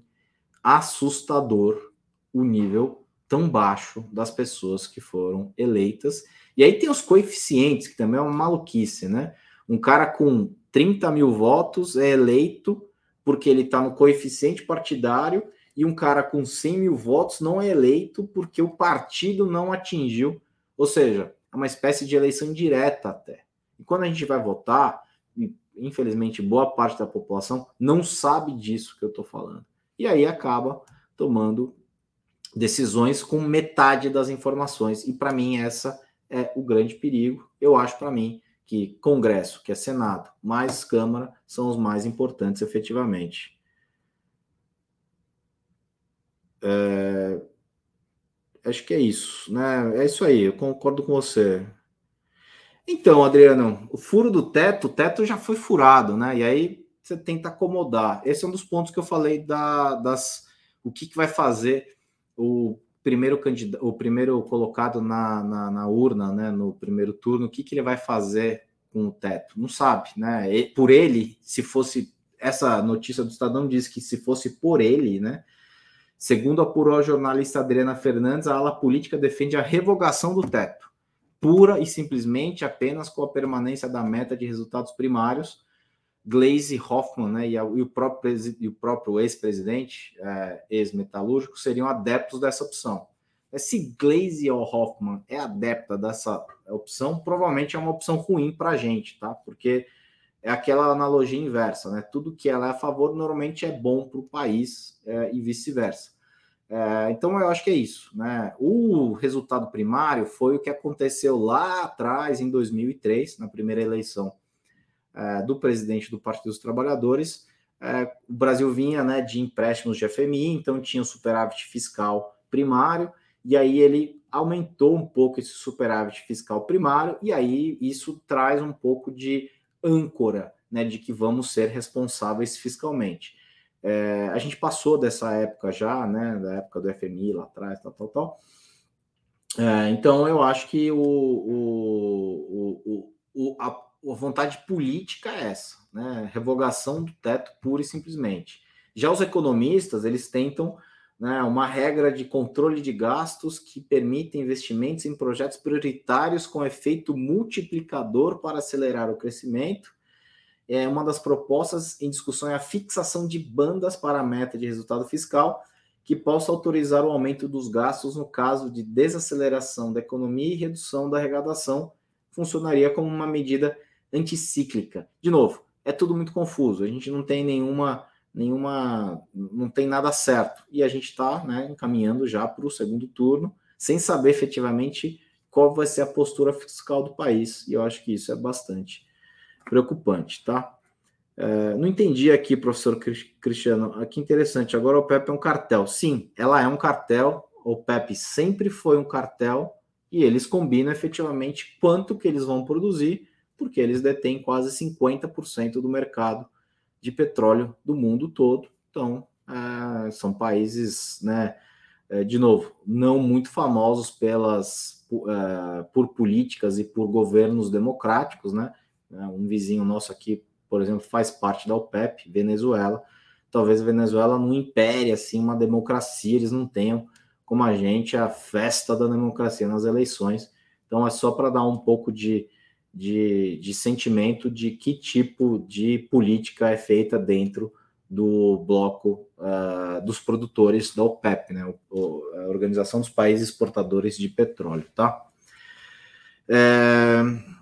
assustador o nível tão baixo das pessoas que foram eleitas. E aí tem os coeficientes, que também é uma maluquice, né? Um cara com trinta mil votos é eleito porque ele está no coeficiente partidário e um cara com cem mil votos não é eleito porque o partido não atingiu. Ou seja, é uma espécie de eleição indireta até. E quando a gente vai votar, infelizmente boa parte da população não sabe disso que eu estou falando. E aí acaba tomando decisões com metade das informações. E para mim essa é o grande perigo. Eu acho para mim que Congresso, que é Senado, mais Câmara, são os mais importantes efetivamente. É... Acho que é isso, né? É isso aí, eu concordo com você. Então, Adriano, o furo do teto, o teto já foi furado, né? E aí você tenta acomodar. Esse é um dos pontos que eu falei da, das... O que, que vai fazer o primeiro candidato, o primeiro colocado na, na, na urna, né, no primeiro turno, o que, que ele vai fazer com o teto? Não sabe, né? E, por ele, se fosse... Essa notícia do Estadão diz que se fosse por ele, né? Segundo apurou a jornalista Adriana Fernandes, a ala política defende a revogação do teto, pura e simplesmente apenas com a permanência da meta de resultados primários. Gleisi Hoffmann, né, e, a, e, o próprio, e o próprio ex-presidente, é, ex-metalúrgico, seriam adeptos dessa opção. Se Gleisi Hoffmann é adepta dessa opção, provavelmente é uma opção ruim para a gente, tá? Porque é aquela analogia inversa, né? Tudo que ela é a favor normalmente é bom para o país é, e vice-versa. É, então eu acho que é isso, né? O resultado primário foi o que aconteceu lá atrás, em dois mil e três, na primeira eleição é, do presidente do Partido dos Trabalhadores, é, o Brasil vinha, né, de empréstimos de F M I, então tinha o superávit fiscal primário, e aí ele aumentou um pouco esse superávit fiscal primário, e aí isso traz um pouco de âncora, né, de que vamos ser responsáveis fiscalmente. É, a gente passou dessa época já, né, da época do F M I lá atrás, tal, tal, tal. É, então eu acho que o, o, o, o, a, a vontade política é essa, né, revogação do teto pura e simplesmente. Já os economistas, eles tentam, né, uma regra de controle de gastos que permite investimentos em projetos prioritários com efeito multiplicador para acelerar o crescimento. É, uma das propostas em discussão é a fixação de bandas para a meta de resultado fiscal que possa autorizar o aumento dos gastos no caso de desaceleração da economia e redução da arrecadação. Funcionaria como uma medida anticíclica. De novo, é tudo muito confuso, a gente não tem nenhuma, nenhuma não tem nada certo, e a gente está, né, encaminhando já para o segundo turno, sem saber efetivamente qual vai ser a postura fiscal do país, e eu acho que isso é bastante preocupante, tá? É, não entendi aqui, professor Cristiano, que interessante, agora a OPEP é um cartel. Sim, ela é um cartel, a OPEP sempre foi um cartel, e eles combinam efetivamente quanto que eles vão produzir, porque eles detêm quase cinquenta por cento do mercado de petróleo do mundo todo. Então, é, são países, né, é, de novo, não muito famosos pelas, é, por políticas e por governos democráticos, né? Um vizinho nosso aqui, por exemplo, faz parte da OPEP, Venezuela. Talvez a Venezuela não impere assim uma democracia, eles não tenham, como a gente, a festa da democracia nas eleições. Então é só para dar um pouco de, de, de sentimento de que tipo de política é feita dentro do bloco uh, dos produtores da OPEP, né? O, a Organização dos Países Exportadores de Petróleo, tá? É...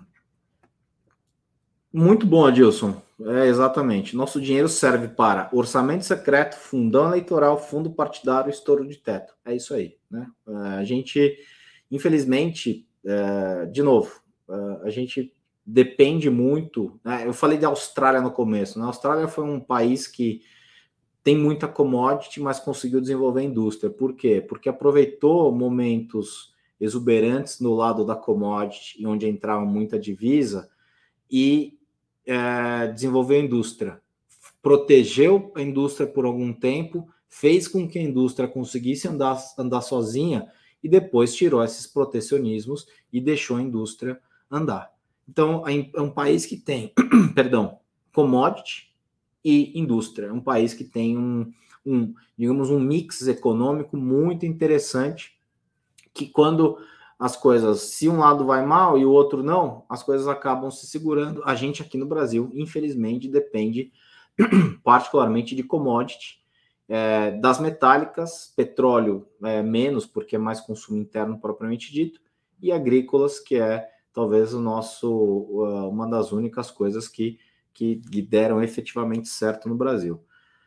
Muito bom, Adilson. É, exatamente. Nosso dinheiro serve para orçamento secreto, fundão eleitoral, fundo partidário, estouro de teto. É isso aí, né? A gente, infelizmente, é, de novo, a gente depende muito, né? Eu falei da Austrália no começo, né? A Austrália foi um país que tem muita commodity, mas conseguiu desenvolver a indústria. Por quê? Porque aproveitou momentos exuberantes no lado da commodity, onde entrava muita divisa, e é, desenvolveu a indústria, protegeu a indústria por algum tempo, fez com que a indústria conseguisse andar, andar sozinha e depois tirou esses protecionismos e deixou a indústria andar. Então, é um país que tem, perdão, commodity e indústria. É um país que tem um, um, digamos, um mix econômico muito interessante, que quando as coisas, se um lado vai mal e o outro não, as coisas acabam se segurando. A gente aqui no Brasil, infelizmente, depende particularmente de commodity, é, das metálicas, petróleo é, menos, porque é mais consumo interno propriamente dito, e agrícolas, que é talvez o nosso, uma das únicas coisas que, que deram efetivamente certo no Brasil.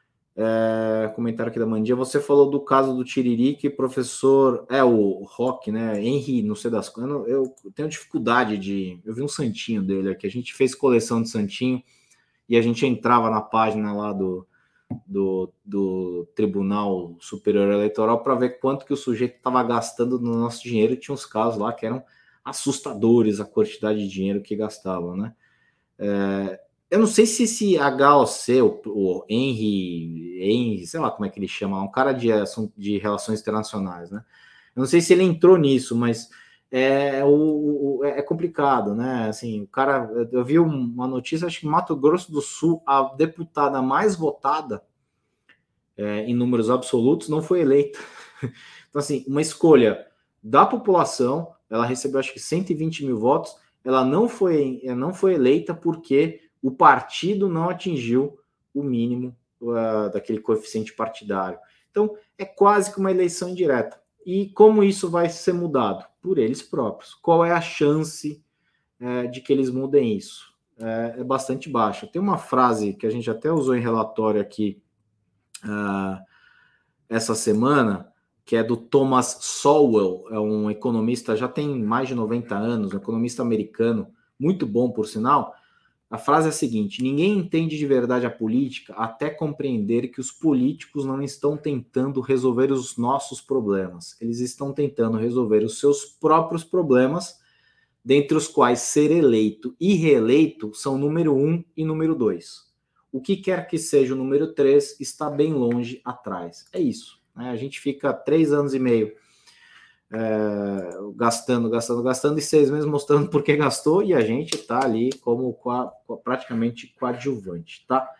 É, comentário aqui da Mandia, você falou do caso do Tiririca, professor, é o Rock, né, Henry, não sei das coisas, eu, eu tenho dificuldade de, eu vi um santinho dele aqui, a gente fez coleção de santinho, e a gente entrava na página lá do, do, do Tribunal Superior Eleitoral para ver quanto que o sujeito estava gastando no nosso dinheiro, e tinha uns casos lá que eram assustadores a quantidade de dinheiro que gastavam, né? É, eu não sei se esse H O C, o, o Henry, Henry, sei lá como é que ele chama, um cara de, de relações internacionais, né? Eu não sei se ele entrou nisso, mas é, o, é complicado, né? Assim, o cara, eu vi uma notícia, acho que Mato Grosso do Sul, a deputada mais votada é, em números absolutos não foi eleita. Então, assim, uma escolha da população, ela recebeu acho que cento e vinte mil votos, ela não foi, não foi eleita porque o partido não atingiu o mínimo uh, daquele coeficiente partidário. Então, é quase que uma eleição indireta. E como isso vai ser mudado? Por eles próprios. Qual é a chance é, de que eles mudem isso? É, é bastante baixa. Tem uma frase que a gente até usou em relatório aqui uh, essa semana, que é do Thomas Sowell, é um economista, já tem mais de noventa anos, um economista americano, muito bom, por sinal, A frase é a seguinte: ninguém entende de verdade a política até compreender que os políticos não estão tentando resolver os nossos problemas. Eles estão tentando resolver os seus próprios problemas, dentre os quais ser eleito e reeleito são número um e número dois. O que quer que seja o número três está bem longe atrás. É isso. Né? A gente fica três anos e meio é, gastando, gastando, gastando, e seis meses mostrando por que gastou, e a gente está ali como qua, praticamente coadjuvante, tá?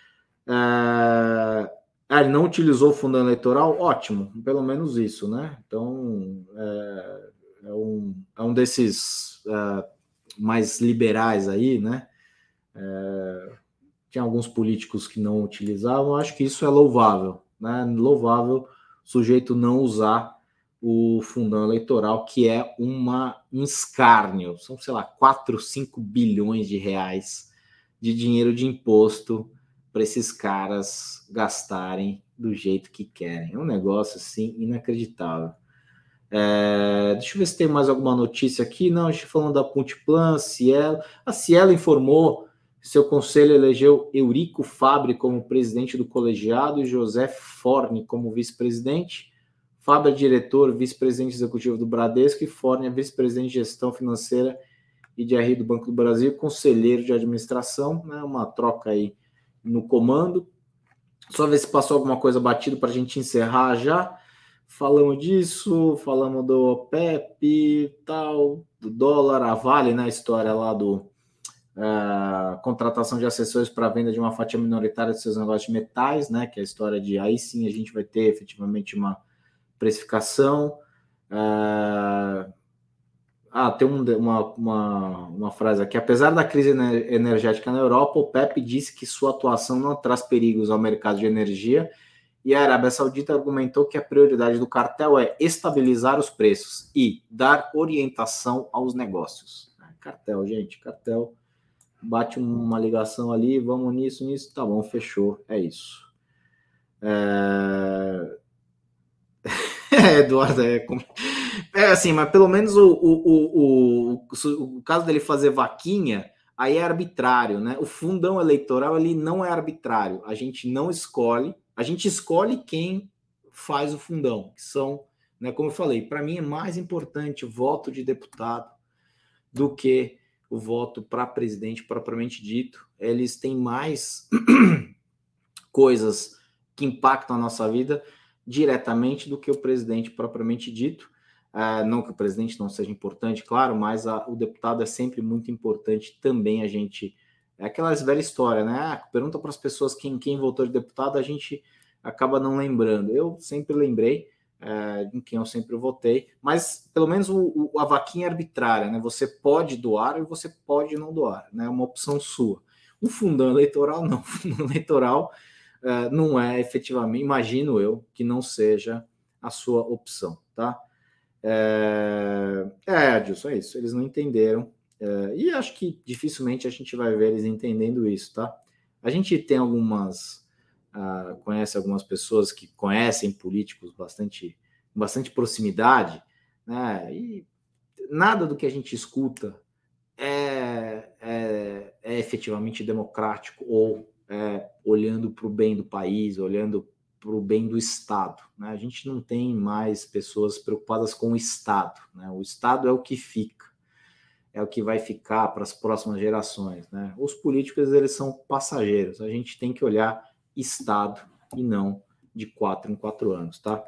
É, ah, ele não utilizou o fundo eleitoral? Ótimo, pelo menos isso, né? Então, é, é, um, é um desses é, mais liberais aí, né? É, tinha alguns políticos que não utilizavam, acho que isso é louvável, né? Louvável o sujeito não usar o fundão eleitoral, que é uma, um escárnio, são, sei lá, quatro, cinco bilhões de reais de dinheiro de imposto para esses caras gastarem do jeito que querem. É um negócio, assim, inacreditável. É, deixa eu ver se tem mais alguma notícia aqui. Não, a gente falando da Multiplan, Cielo. A Cielo informou que seu conselho elegeu Eurico Fabre como presidente do colegiado e José Forni como vice-presidente. Fabre é diretor, vice-presidente executivo do Bradesco, e Forni é vice-presidente de gestão financeira e de R I do Banco do Brasil, conselheiro de administração, né? Uma troca aí no comando. Só ver se passou alguma coisa batida para a gente encerrar já. Falamos disso, falamos do OPEP, tal, do dólar, a Vale, né? A história lá do uh, contratação de assessores para venda de uma fatia minoritária de seus negócios de metais, né? Que é a história de aí sim a gente vai ter efetivamente uma precificação. Uh, ah, tem um, uma, uma, uma frase aqui. Apesar da crise energética na Europa, o OPEP disse que sua atuação não traz perigos ao mercado de energia, e a Arábia Saudita argumentou que a prioridade do cartel é estabilizar os preços e dar orientação aos negócios. Cartel, gente, cartel. Bate uma ligação ali, vamos nisso, nisso, tá bom, fechou, é isso. É... É, Eduardo, é, é assim, mas pelo menos o, o, o, o, o caso dele fazer vaquinha, aí é arbitrário, né? O fundão eleitoral, ele não é arbitrário. A gente não escolhe, a gente escolhe quem faz o fundão, que são, né, como eu falei, para mim é mais importante o voto de deputado do que o voto para presidente propriamente dito. Eles têm mais coisas que impactam a nossa vida diretamente do que o presidente propriamente dito. Uh, não que o presidente não seja importante, claro, mas a, o deputado é sempre muito importante também. A gente, é aquela velha história, né? Ah, pergunta para as pessoas quem, quem votou de deputado, a gente acaba não lembrando. Eu sempre lembrei uh, em quem eu sempre votei, mas pelo menos o, o, a vaquinha é arbitrária, né? Você pode doar e você pode não doar, né? É uma opção sua. O fundão eleitoral não, o fundão eleitoral Uh, não é efetivamente, imagino eu, que não seja a sua opção, tá? É, é Adilson, é isso, eles não entenderam, é, e acho que dificilmente a gente vai ver eles entendendo isso, tá? A gente tem algumas, uh, conhece algumas pessoas que conhecem políticos bastante, bastante proximidade, né? E nada do que a gente escuta é, é, é efetivamente democrático ou É, olhando para o bem do país, olhando para o bem do Estado. Né? A gente não tem mais pessoas preocupadas com o Estado. Né? O Estado é o que fica, é o que vai ficar para as próximas gerações. Né? Os políticos, eles são passageiros. A gente tem que olhar Estado e não de quatro em quatro anos. Tá?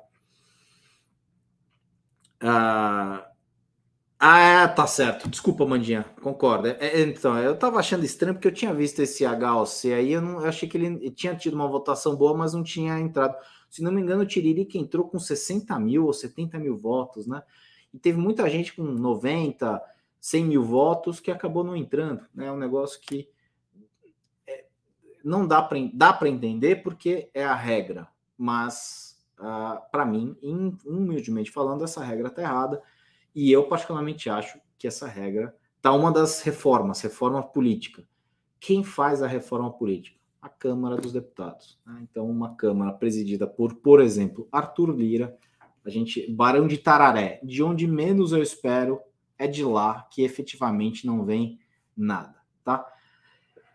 Ah, Ah, tá certo. Desculpa, Mandinha. Concordo. É, é, então, eu tava achando estranho porque eu tinha visto esse H O C aí, eu, não, eu achei que ele tinha tido uma votação boa, mas não tinha entrado. Se não me engano, o Tiririca entrou com sessenta mil ou setenta mil votos, né? E teve muita gente com noventa, cem mil votos que acabou não entrando, né? É um negócio que é, não dá para dá para entender porque é a regra, mas uh, para mim, humildemente falando, essa regra tá errada. E eu, particularmente, acho que essa regra está uma das reformas, reforma política. Quem faz a reforma política? A Câmara dos Deputados. Né? Então, uma Câmara presidida por, por exemplo, Arthur Lira, a gente, Barão de Tararé, de onde menos eu espero, é de lá que efetivamente não vem nada. Tá?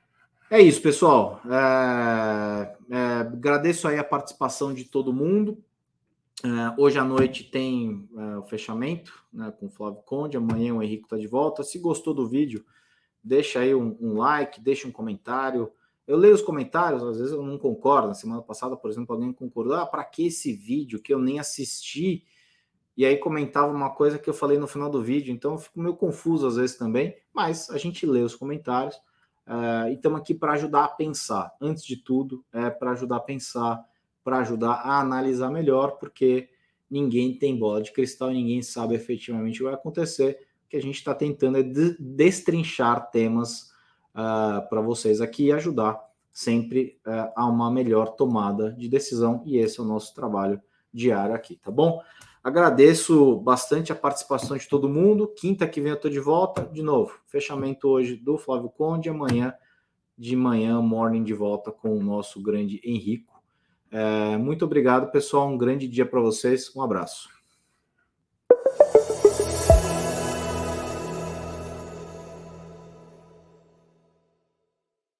É isso, pessoal. É, é, agradeço aí a participação de todo mundo. É, hoje à noite tem é, o fechamento, né, com o Flávio Conde. Amanhã o Henrique está de volta. Se gostou do vídeo, deixa aí um, um like, deixa um comentário. Eu leio os comentários, às vezes eu não concordo. Na semana passada, por exemplo, alguém concordou. Ah, para que esse vídeo que eu nem assisti? E aí comentava uma coisa que eu falei no final do vídeo. Então eu fico meio confuso às vezes também. Mas a gente lê os comentários. Uh, e estamos aqui para ajudar a pensar. Antes de tudo, é para ajudar a pensar, para ajudar a analisar melhor, porque ninguém tem bola de cristal e ninguém sabe efetivamente o que vai acontecer. O que a gente está tentando é de destrinchar temas uh, para vocês aqui e ajudar sempre uh, a uma melhor tomada de decisão. E esse é o nosso trabalho diário aqui, tá bom? Agradeço bastante a participação de todo mundo. Quinta que vem eu estou de volta. De novo, fechamento hoje do Flávio Conde. Amanhã, de manhã, morning de volta com o nosso grande Henrico. É, muito obrigado, pessoal. Um grande dia para vocês. Um abraço.